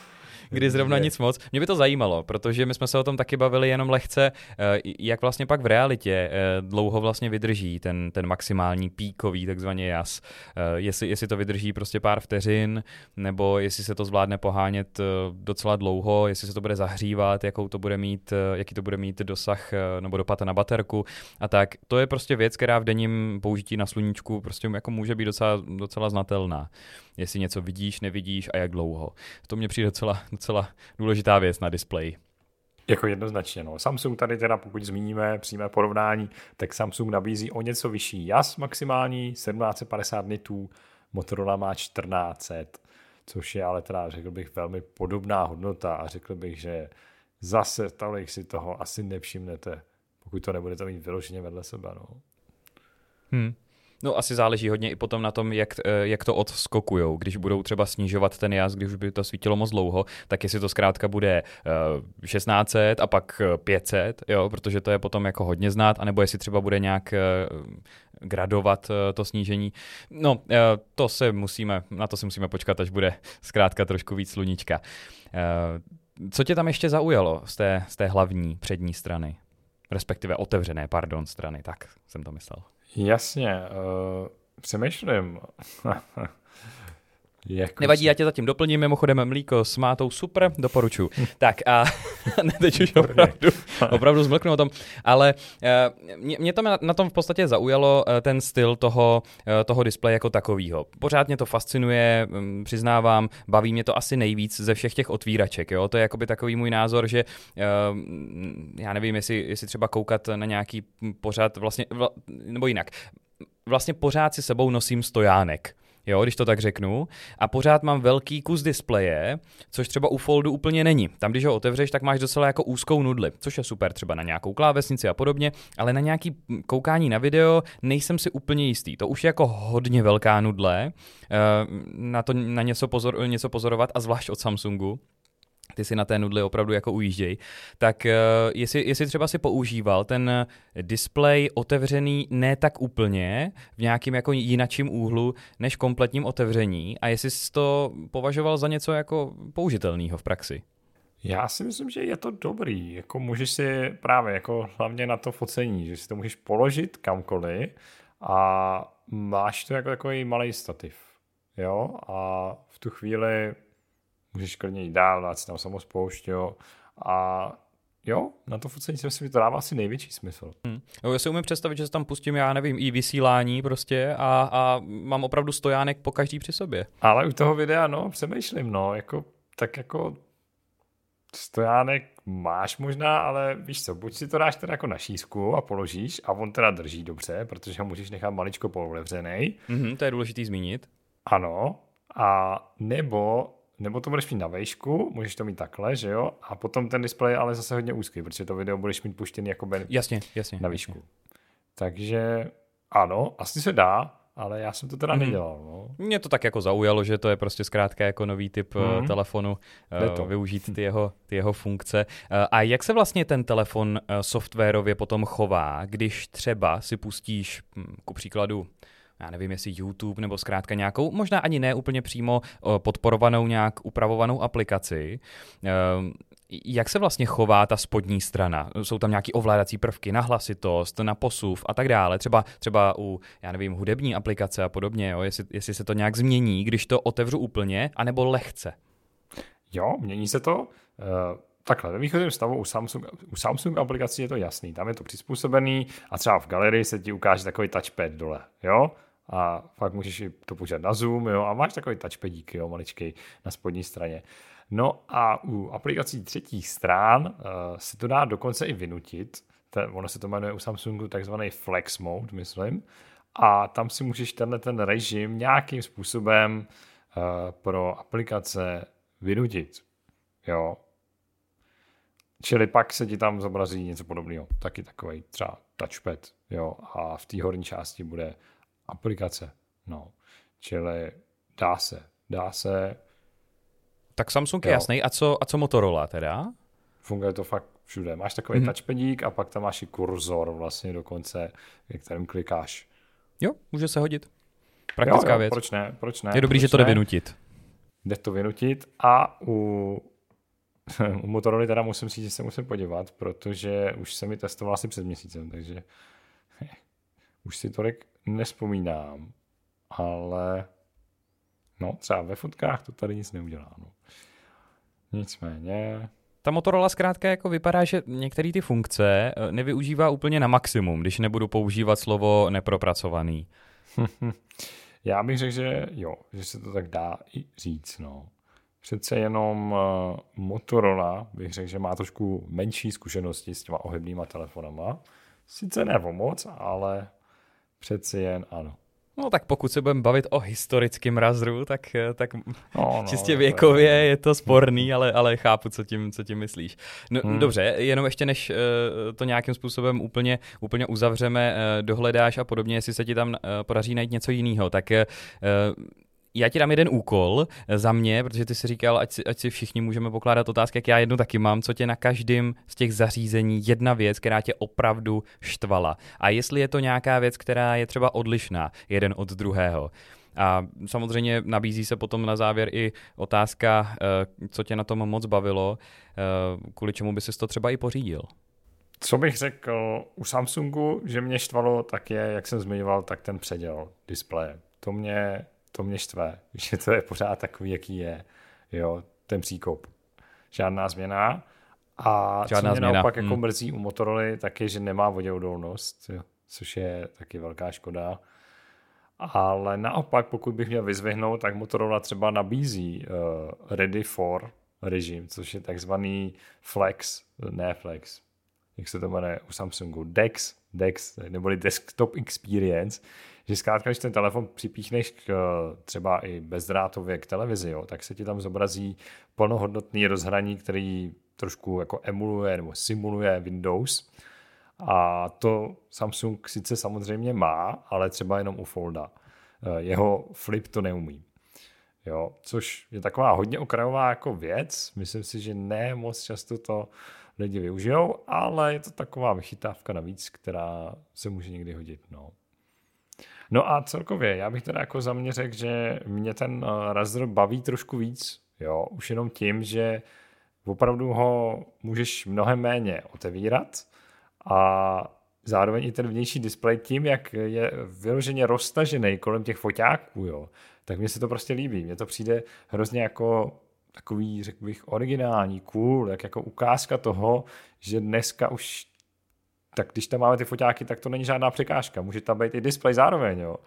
S1: kdy zrovna nic moc. Mě by to zajímalo, protože my jsme se o tom taky bavili jenom lehce, jak vlastně pak v realitě dlouho vlastně vydrží ten, ten maximální píkový takzvaný jas. Jestli, jestli to vydrží prostě pár vteřin, nebo jestli se to zvládne pohánět docela dlouho, jestli se to bude zahřívat, jakou to bude mít, jaký to bude mít dosah nebo dopad na baterku a tak. To je prostě věc, která v denním použití na sluníčku prostě jako může být docela, docela znatelná. Jestli něco vidíš, nevidíš a jak dlouho. To mně přijde docela, docela důležitá věc na displeji.
S2: Jako jednoznačně. No. Samsung tady teda, pokud zmíníme přímé porovnání, tak Samsung nabízí o něco vyšší jas maximální, sedmnáct set padesát nitů, Motorola má čtrnáct set, což je ale teda, řekl bych, velmi podobná hodnota a řekl bych, že zase tolik si toho asi nevšimnete, pokud to nebudete mít vyloženě vedle sebe. No.
S1: Hmm. No asi záleží hodně i potom na tom, jak, jak to odskokujou. Když budou třeba snižovat ten jas, když už by to svítilo moc dlouho, tak jestli to zkrátka bude šestnáct set a pak pět set, jo, protože to je potom jako hodně znát, anebo jestli třeba bude nějak gradovat to snížení. No, to se musíme, na to si musíme počkat, až bude zkrátka trošku víc sluníčka. Co tě tam ještě zaujalo z té, z té hlavní přední strany? Respektive otevřené, pardon, strany, tak jsem to myslel.
S2: Jasně, uh, přemýšlím.
S1: Jako nevadí, já tě zatím doplním, mimochodem mlíko s mátou super, doporučuji. Tak a ne, teď už opravdu, opravdu zmlknu o tom, ale uh, mě, mě to na, na tom v podstatě zaujalo uh, ten styl toho, uh, toho displeje jako takovýho. Pořád mě to fascinuje, um, přiznávám, baví mě to asi nejvíc ze všech těch otvíraček, jo? To je jakoby takový můj názor, že uh, já nevím, jestli, jestli třeba koukat na nějaký pořád, vlastně, vla, nebo jinak, vlastně pořád si sebou nosím stojánek. Jo, když to tak řeknu. A pořád mám velký kus displeje, což třeba u Foldu úplně není. Tam, když ho otevřeš, tak máš docela jako úzkou nudli, což je super třeba na nějakou klávesnici a podobně, ale na nějaký koukání na video nejsem si úplně jistý. To už je jako hodně velká nudle, na to na něco, pozor, něco pozorovat a zvlášť od Samsungu. Ty si na té nudli opravdu jako ujížděj, tak uh, jestli, jestli třeba si používal ten displej otevřený ne tak úplně v nějakým jako jinačím úhlu než kompletním otevření a jestli jsi to považoval za něco jako použitelného v praxi.
S2: Já si myslím, že je to dobrý, jako můžeš si právě jako hlavně na to focení, že si to můžeš položit kamkoliv a máš to jako takový malý stativ, jo, a v tu chvíli můžeš klidně jít dál, dát si tam samospoušť, jo. A jo, na to focení si myslím, že to dává asi největší smysl.
S1: Hmm. Jo, já si umím představit, že se tam pustím, já nevím, i vysílání prostě a, a mám opravdu stojánek po každý při sobě.
S2: Ale u toho videa, no, přemýšlím, no, jako, tak jako stojánek máš možná, ale víš co, buď si to dáš teda jako na šířku a položíš a on teda drží dobře, protože ho můžeš nechat maličko polevřenej.
S1: Mm-hmm, to je důležitý zmínit.
S2: Ano, a nebo Nebo to budeš mít na vejšku, můžeš to mít takhle, že jo? A potom ten displej je ale zase hodně úzký, protože to video budeš mít puštěný jako ben
S1: jasně, jasně,
S2: na výšku.
S1: Jasně.
S2: Takže ano, asi se dá, ale já jsem to teda mm. nedělal. No.
S1: Mě to tak jako zaujalo, že to je prostě zkrátka jako nový typ mm. telefonu, uh, využít ty jeho, ty jeho funkce. Uh, a jak se vlastně ten telefon uh, softwarově potom chová, když třeba si pustíš, hm, ku příkladu, já nevím, jestli YouTube nebo zkrátka nějakou, možná ani ne úplně přímo podporovanou nějak upravovanou aplikaci. Jak se vlastně chová ta spodní strana? Jsou tam nějaké ovládací prvky na hlasitost, na posuv a tak dále. Třeba, třeba u, já nevím, hudební aplikace a podobně, jo? Jestli, jestli se to nějak změní, když to otevřu úplně, anebo lehce.
S2: Jo, mění se to. Uh... Takhle, ve východním stavu u Samsung, u Samsung aplikací je to jasný, tam je to přizpůsobený a třeba v galerii se ti ukáže takový touchpad dole, jo? A fakt můžeš to použít na Zoom, jo? A máš takový touchpadík, jo, maličkej na spodní straně. No a u aplikací třetích stran uh, se to dá dokonce i vynutit, ten, ono se to jmenuje u Samsungu takzvaný Flex Mode, myslím, a tam si můžeš tenhle ten režim nějakým způsobem uh, pro aplikace vynutit, jo? Čili pak se ti tam zobrazí něco podobného. Taky takový třeba touchpad, jo, a v té horní části bude aplikace. No, čili dá se, dá se. Tak
S1: Samsung je jasný. A co, a co Motorola teda?
S2: Funguje to fakt všude. Máš takový mm-hmm. touchpadík a pak tam máš i kurzor vlastně dokonce, ve kterém klikáš.
S1: Jo, může se hodit. Praktická
S2: jo, jo,
S1: věc.
S2: Proč ne? Proč ne?
S1: Je dobrý,
S2: proč
S1: že to jde vynutit.
S2: Jde to vynutit a u u Motorola teda musím říct, že se musím podívat, protože už jsem mi testoval asi před měsícem, takže už si tolik nespomínám, ale no třeba ve fotkách to tady nic neudělá. No. Nicméně...
S1: Ta Motorola zkrátka jako vypadá, že některé ty funkce nevyužívá úplně na maximum, když nebudu používat slovo nepropracovaný.
S2: Já bych řekl, že jo, že se to tak dá i říct, no. Přece jenom uh, Motorola bych řekl, že má trošku menší zkušenosti s těma ohebnýma telefonama. Sice ne o moc, ale přeci jen ano.
S1: No tak pokud se budeme bavit o historickém razru, tak, tak no, no, čistě
S2: no,
S1: věkově je to sporný, ale, ale chápu, co tím, co tím myslíš. No,
S2: hmm.
S1: Dobře, jenom ještě než uh, to nějakým způsobem úplně, úplně uzavřeme, uh, dohledáš a podobně, jestli se ti tam uh, podaří najít něco jiného, tak uh, já ti dám jeden úkol za mě, protože ty jsi říkal, ať si, ať si všichni můžeme pokládat otázky, jak já jednu taky mám, co tě na každém z těch zařízení jedna věc, která tě opravdu štvala. A jestli je to nějaká věc, která je třeba odlišná jeden od druhého. A samozřejmě nabízí se potom na závěr i otázka, co tě na tom moc bavilo, kvůli čemu by si to třeba i pořídil.
S2: Co bych řekl u Samsungu, že mě štvalo, tak je, jak jsem zmiňoval, tak ten předěl displeje. To mě... To mě štve, že to je pořád takový, jaký je, jo, ten příkop. Žádná změna. A
S1: Žádná
S2: co mě
S1: změna.
S2: naopak jako
S1: hmm.
S2: mrzí u Motorola, tak je, že nemá voděodolnost, jo, což je taky velká škoda. Ale naopak, pokud bych měl vyzvihnout, tak Motorola třeba nabízí uh, Ready for režim, což je takzvaný Flex, ne Flex, jak se to jmenuje u Samsungu, Dex, Dex, neboli Desktop Experience, že zkrátka, když ten telefon připíchneš k, třeba i bezdrátově k televizi, jo, tak se ti tam zobrazí plnohodnotný rozhraní, který trošku jako emuluje nebo simuluje Windows. A to Samsung sice samozřejmě má, ale třeba jenom u Folda. Jeho Flip to neumí. Jo, což je taková hodně okrajová jako věc. Myslím si, že ne moc často to lidi využijou, ale je to taková vychytávka navíc, která se může někdy hodit. No. No a celkově, já bych teda jako za mě řekl, že mě ten Razer baví trošku víc, jo, už jenom tím, že opravdu ho můžeš mnohem méně otevírat a zároveň i ten vnější displej tím, jak je vyloženě roztažený kolem těch foťáků, jo, tak mně se to prostě líbí. Mně to přijde hrozně jako takový, řekl bych, originální, cool, jak jako ukázka toho, že dneska už tak když tam máme ty foťáky, tak to není žádná překážka. Může tam být i displej zároveň, jo.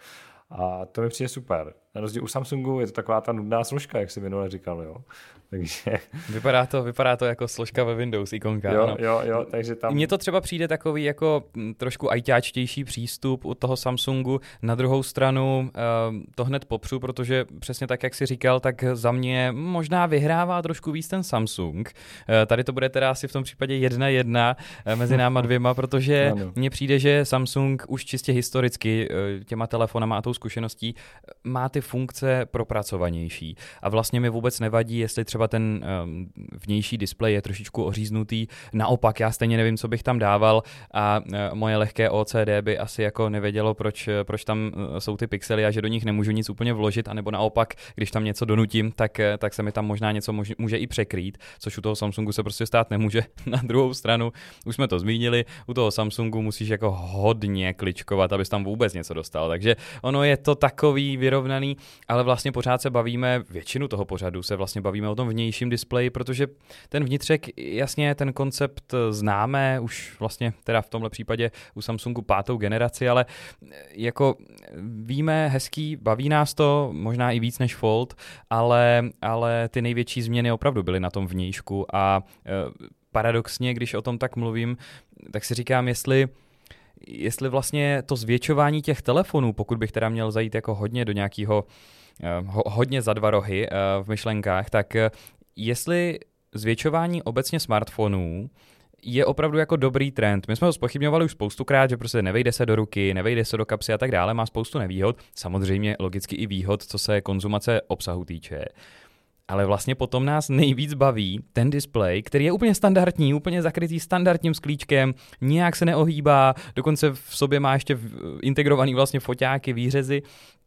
S2: A to mi přijde super. Na rozdíl u Samsungu je to taková ta nudná složka, jak jsi minule říkal, jo. Takže...
S1: Vypadá to, vypadá to jako složka ve Windows, ikonka.
S2: Jo,
S1: ano.
S2: jo, jo, takže tam...
S1: Mně to třeba přijde takový jako trošku ajťáčtější přístup u toho Samsungu. Na druhou stranu to hned popřu, protože přesně tak, jak jsi říkal, tak za mě možná vyhrává trošku víc ten Samsung. Tady to bude teda asi v tom případě jedna jedna mezi náma dvěma, protože mně přijde, že Samsung už čistě historicky těma telefonama a tou zkušeností má ty funkce propracovanější. A vlastně mi vůbec nevadí, jestli třeba ten um, vnější displej je trošičku oříznutý. Naopak, já stejně nevím, co bych tam dával a uh, moje lehké O C D by asi jako nevědělo, proč, proč tam uh, jsou ty pixely a že do nich nemůžu nic úplně vložit, anebo naopak, když tam něco donutím, tak, uh, tak se mi tam možná něco může, může i překrýt, což u toho Samsungu se prostě stát nemůže. Na druhou stranu, už jsme to zmínili, u toho Samsungu musíš jako hodně kličkovat, abys tam vůbec něco dostal. Takže ono je to takový vyrovnaný, ale vlastně pořád se bavíme, většinu toho pořadu se vlastně bavíme o tom vnějším displeji, protože ten vnitřek, jasně, ten koncept známe, už vlastně teda v tomhle případě u Samsungu pátou generaci, ale jako víme, hezký, baví nás to, možná i víc než Fold, ale, ale ty největší změny opravdu byly na tom vnějšku a paradoxně, když o tom tak mluvím, tak si říkám, jestli jestli vlastně to zvětšování těch telefonů, pokud bych teda měl zajít jako hodně do nějakého, ho, hodně za dva rohy v myšlenkách, tak jestli zvětšování obecně smartfonů je opravdu jako dobrý trend. My jsme ho zpochybňovali už spoustukrát, že prostě nevejde se do ruky, nevejde se do kapsy a tak dále, má spoustu nevýhod, samozřejmě logicky i výhod, co se konzumace obsahu týče. Ale vlastně potom nás nejvíc baví ten displej, který je úplně standardní, úplně zakrytý standardním sklíčkem, nijak se neohýbá, dokonce v sobě má ještě integrovaný vlastně foťáky, výřezy.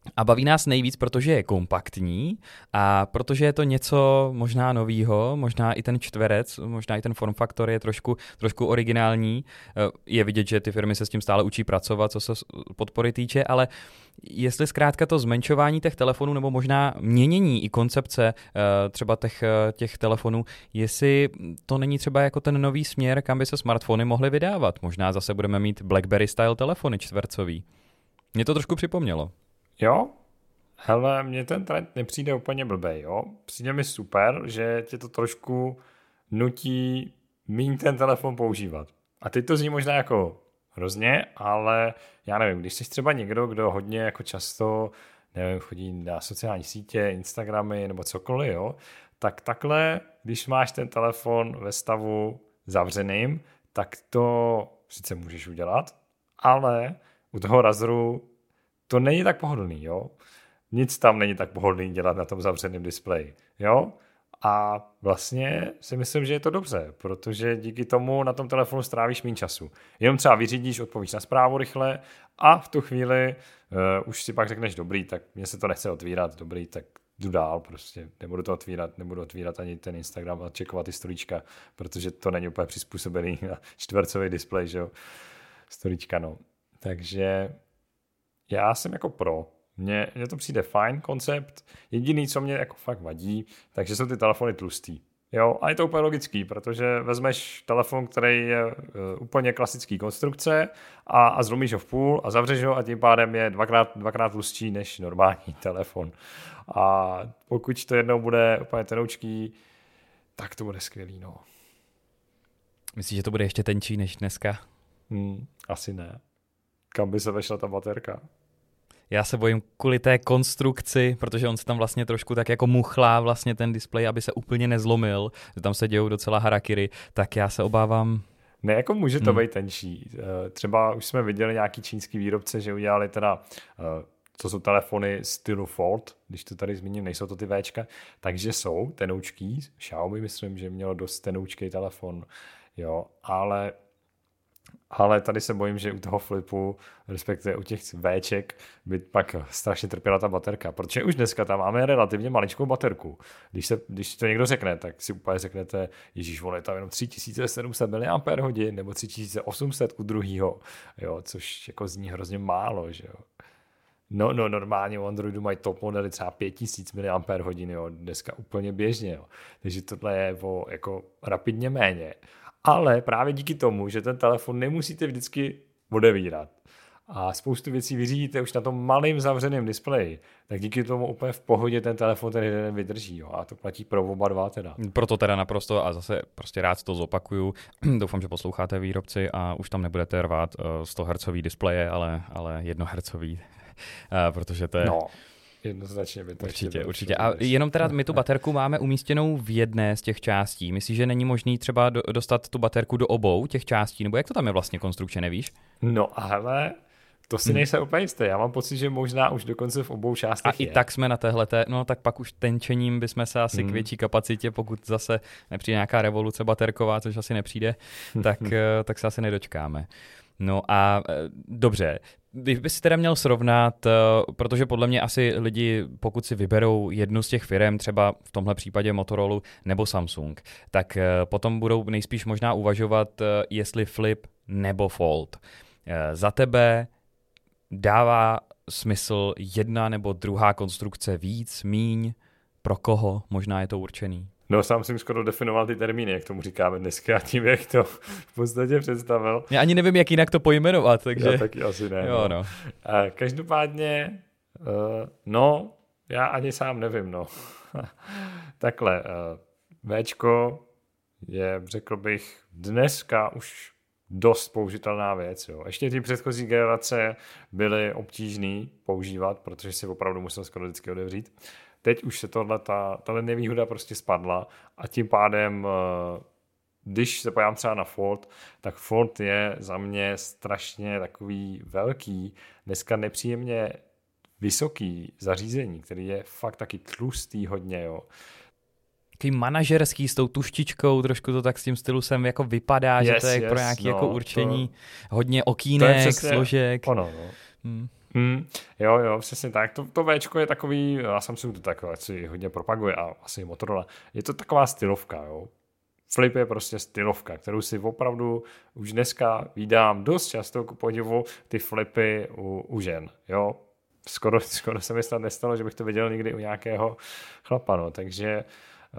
S1: A baví nás nejvíc, protože je kompaktní a protože je to něco možná novýho, možná i ten čtverec, možná i ten form factor je trošku, trošku originální. Je vidět, že ty firmy se s tím stále učí pracovat, co se podpory týče, ale jestli zkrátka to zmenšování těch telefonů nebo možná měnění i koncepce třeba těch, těch telefonů, jestli to není třeba jako ten nový směr, kam by se smartfony mohly vydávat. Možná zase budeme mít BlackBerry style telefony čtvercový. Mě to trošku připomnělo.
S2: Jo, hele, mně ten trend nepřijde úplně blbej, jo. Přijde mi super, že tě to trošku nutí míň ten telefon používat. A teď to zní možná jako hrozně, ale já nevím, když jsi třeba někdo, kdo hodně jako často, nevím, chodí na sociální sítě, Instagramy nebo cokoliv, jo, tak takhle, když máš ten telefon ve stavu zavřeným, tak to sice můžeš udělat, ale u toho razeru to není tak pohodlný, jo. Nic tam není tak pohodlný dělat na tom zavřeném displeji, jo. A vlastně si myslím, že je to dobře, protože díky tomu na tom telefonu strávíš méně času. Jenom třeba vyřídíš, odpovíš na zprávu rychle a v tu chvíli uh, už si pak řekneš dobrý, tak mně se to nechce otvírat, dobrý, tak jdu dál prostě, nebudu to otvírat, nebudu otvírat ani ten Instagram a čekovat ty storíčka, protože to není úplně přizpůsobený na čtvercový displej, že jo. Storíčka, no. Takže já jsem jako pro. Mně, mně to přijde fajn koncept. Jediný, co mě jako fakt vadí, takže jsou ty telefony tlustý. Jo, a je to úplně logický, protože vezmeš telefon, který je uh, úplně klasický konstrukce a, a zlomíš ho v půl a zavřeš ho a tím pádem je dvakrát, dvakrát tlustší než normální telefon. A pokud to jednou bude úplně tenoučký, tak to bude skvělý, no.
S1: Myslíš, že to bude ještě tenčí než dneska?
S2: Hmm, asi ne. Kam by se vešla ta baterka?
S1: Já se bojím kvůli té konstrukci, protože on se tam vlastně trošku tak jako muchlá vlastně ten displej, aby se úplně nezlomil, že tam se dějou docela harakiri, tak já se obávám.
S2: Ne, jako může to hmm. být tenčí. Třeba už jsme viděli nějaký čínský výrobce, že udělali teda, to jsou telefony stylu Fold, když to tady zmíním, nejsou to ty Včka, takže jsou tenoučký. Xiaomi myslím, že mělo dost tenoučký telefon, jo, ale Ale tady se bojím, že u toho Flipu, respektive u těch Vček, by pak strašně trpěla ta baterka, protože už dneska tam máme relativně maličkou baterku. Když, se, když to někdo řekne, tak si úplně řeknete, ježíš, on je tam jenom tři tisíce sedm set miliampérhodin nebo tři tisíce osm set u druhýho, jo, což jako zní hrozně málo, že jo. No, no, normálně u Androidu mají top modely třeba pět tisíc miliampérhodin, jo, dneska úplně běžně, jo. Takže tohle je o jako rapidně méně. Ale právě díky tomu, že ten telefon nemusíte vždycky odevírat a spoustu věcí vyřídíte už na tom malým zavřeném displeji, tak díky tomu úplně v pohodě ten telefon ten jeden vydrží. Jo? A to platí pro oba dva teda.
S1: Proto teda naprosto a zase prostě rád to zopakuju. Doufám, že posloucháte výrobci a už tam nebudete rvát uh, sto hertzový displeje, ale, ale jednohertzový, uh, protože to je...
S2: No. Jednoznačně by to
S1: určitě, určitě. A jenom teda my tu baterku máme umístěnou v jedné z těch částí. Myslíš, že není možný třeba do, dostat tu baterku do obou těch částí? Nebo jak to tam je vlastně konstrukce, nevíš?
S2: No ale to si nejsem úplně jistý. Já mám pocit, že možná už dokonce v obou částech
S1: A
S2: je.
S1: i tak jsme na téhleté, no tak pak už tenčením bychom se asi hmm. k větší kapacitě, pokud zase nepřijde nějaká revoluce baterková, což asi nepřijde, tak, tak se asi nedočkáme. No a dobře, kdybys teda měl srovnat, protože podle mě asi lidi, pokud si vyberou jednu z těch firem, třeba v tomhle případě Motorola nebo Samsung, tak potom budou nejspíš možná uvažovat, jestli Flip nebo Fold. Za tebe dává smysl jedna nebo druhá konstrukce víc, míň, pro koho možná je to určený?
S2: No, sám jsem skoro definoval ty termíny, jak tomu říkáme dneska, a tím, jak to v podstatě představil.
S1: Já ani nevím, jak jinak to pojmenovat, takže...
S2: Já taky asi ne.
S1: Jo,
S2: no.
S1: no.
S2: A každopádně, uh, no, já ani sám nevím, no. Takhle, uh, Včko je, řekl bych, dneska už dost použitelná věc, jo. Ještě ty předchozí generace byly obtížný používat, protože si opravdu musel skoro vždycky odevřít. Teď už se tohle, ta, tahle nevýhoda prostě spadla a tím pádem, když se podívám třeba na Fold, tak Fold je za mě strašně takový velký, dneska nepříjemně vysoký zařízení, který je fakt taky tlustý hodně, jo.
S1: Takový manažerský s tou tuštičkou, trošku to tak s tím stylusem jako vypadá, yes, že to je
S2: yes,
S1: pro nějaké
S2: no,
S1: jako určení,
S2: to,
S1: hodně okýnek,
S2: přesně,
S1: složek.
S2: Ono, no. Hmm. Hmm, jo, jo, přesně tak. To, to Včko je takový, a Samsung to tak asi hodně propaguje a asi Motorola. Je to taková stylovka, jo. Flip je prostě stylovka, kterou si opravdu už dneska vídám dost často ku podivu ty flipy u, u žen, jo. Skoro, skoro se mi snad nestalo, že bych to viděl někdy u nějakého chlapa, no. Takže uh,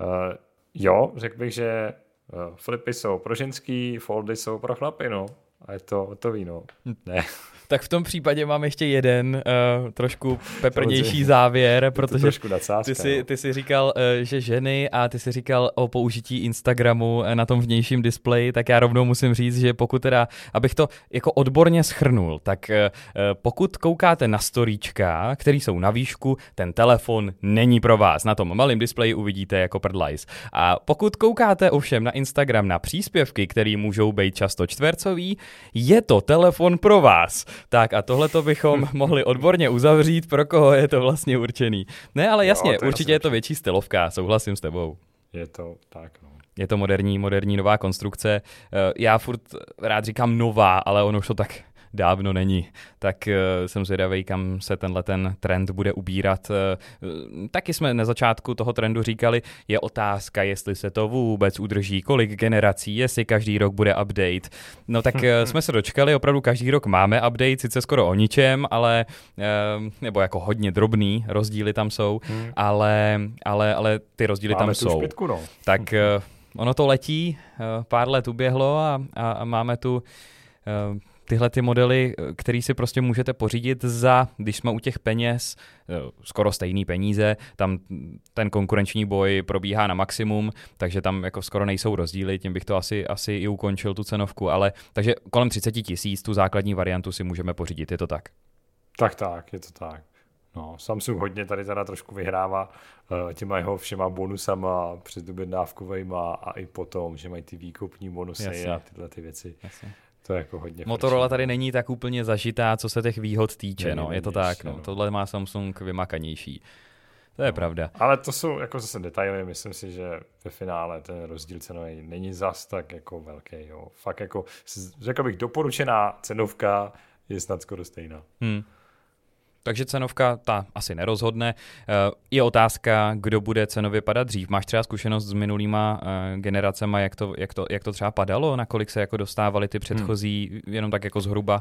S2: jo, řekl bych, že uh, flipy jsou pro ženský, foldy jsou pro chlapy, no. A je to hotový, no. Ne.
S1: Tak v tom případě mám ještě jeden uh, trošku peprnější závěr, protože
S2: nadsázka,
S1: ty, jsi, ty jsi říkal, uh, že ženy a ty jsi říkal o použití Instagramu na tom vnějším displeji, tak já rovnou musím říct, že pokud teda, abych to jako odborně shrnul, tak uh, pokud koukáte na storíčka, který jsou na výšku, ten telefon není pro vás. Na tom malém displeji uvidíte jako prdlajs. A pokud koukáte ovšem na Instagram na příspěvky, které můžou být často čtvercový, je to telefon pro vás. Tak a tohleto bychom mohli odborně uzavřít, pro koho je to vlastně určený. Ne, ale jasně, jo, je určitě je to větší stylovka, souhlasím s tebou.
S2: Je to tak, no.
S1: Je to moderní, moderní nová konstrukce. Já furt rád říkám nová, ale ono už to tak dávno není. Tak uh, jsem zvědavý, kam se tenhle ten trend bude ubírat. Uh, taky jsme na začátku toho trendu říkali, je otázka, jestli se to vůbec udrží, kolik generací, jestli každý rok bude update. No tak uh, jsme se dočkali, opravdu každý rok máme update, sice skoro o ničem, ale, uh, nebo jako hodně drobný rozdíly tam jsou, hmm. ale, ale, ale ty rozdíly
S2: máme
S1: tam jsou.
S2: Špitku, no.
S1: Tak uh, ono to letí, uh, pár let uběhlo a, a, a máme tu uh, tyhle ty modely, který si prostě můžete pořídit za, když jsme u těch peněz, skoro stejný peníze, tam ten konkurenční boj probíhá na maximum, takže tam jako skoro nejsou rozdíly, tím bych to asi, asi i ukončil tu cenovku, ale takže kolem třicet tisíc tu základní variantu si můžeme pořídit, je to tak?
S2: Tak, tak, je to tak. No, Samsung hodně tady teda trošku vyhrává uh, těma jeho všema bonusama, předobjednávkovejma a i potom, že mají ty výkupní bonusy Jasně. a tyhle ty věci. Jasně. To je jako hodně
S1: Motorola
S2: frčí.
S1: tady není tak úplně zažitá, co se těch výhod týče, není, no, je to tak, ještě, no.
S2: no.
S1: Tohle má Samsung vymakanější. To je no. pravda.
S2: Ale to jsou jako zase detaily, myslím si, že ve finále ten rozdíl cenový není zas tak jako velký, jo. Fakt jako, řekl bych, doporučená cenovka je snad skoro stejná.
S1: Hmm. Takže cenovka ta asi nerozhodne. Je otázka, kdo bude cenově padat dřív. Máš třeba zkušenost s minulýma generacema, jak to, jak to, jak to třeba padalo? Nakolik se jako dostávali ty předchozí, hmm. jenom tak jako zhruba?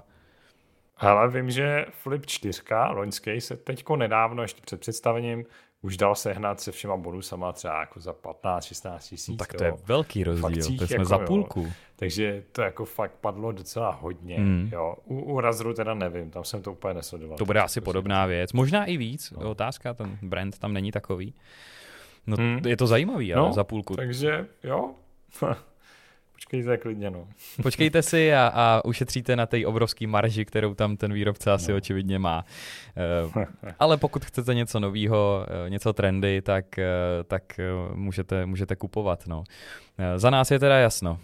S2: Ale vím, že Flip čtyři loňský se teďko nedávno, ještě před představením, už dal sehnat se všema bonusama třeba jako za patnáct šestnáct tisíc. No,
S1: tak to jo. Je velký rozdíl, to jsme
S2: jako,
S1: za půlku.
S2: Jo. Takže to jako fakt padlo docela hodně. Mm. Jo. U, u Razru teda nevím, tam jsem to úplně nesledoval.
S1: To bude asi podobná věc, možná i víc, no. Otázka, ten brand tam není takový. No mm. je to zajímavý, ale no, za půlku.
S2: Takže jo, počkejte klidně, no.
S1: Počkejte si a, a ušetříte na té obrovský marži, kterou tam ten výrobce asi no. očividně má. Uh, ale pokud chcete něco nového, uh, něco trendy, tak, uh, tak uh, můžete, můžete kupovat. No. Uh, za nás je teda jasno.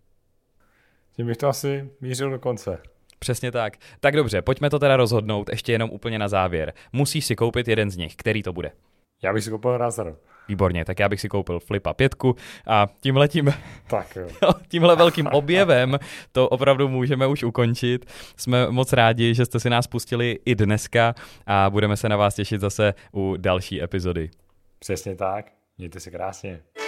S2: Tím bych to asi mířil do konce.
S1: Přesně tak. Tak dobře, pojďme to teda rozhodnout, ještě jenom úplně na závěr. Musíš si koupit jeden z nich. Který to bude?
S2: Já bych si koupil Razer.
S1: Výborně, tak já bych si koupil Flipa pětku a tímhletím,
S2: tak jo.
S1: tímhle velkým objevem to opravdu můžeme už ukončit. Jsme moc rádi, že jste si nás pustili i dneska a budeme se na vás těšit zase u další epizody.
S2: Přesně tak, mějte se krásně.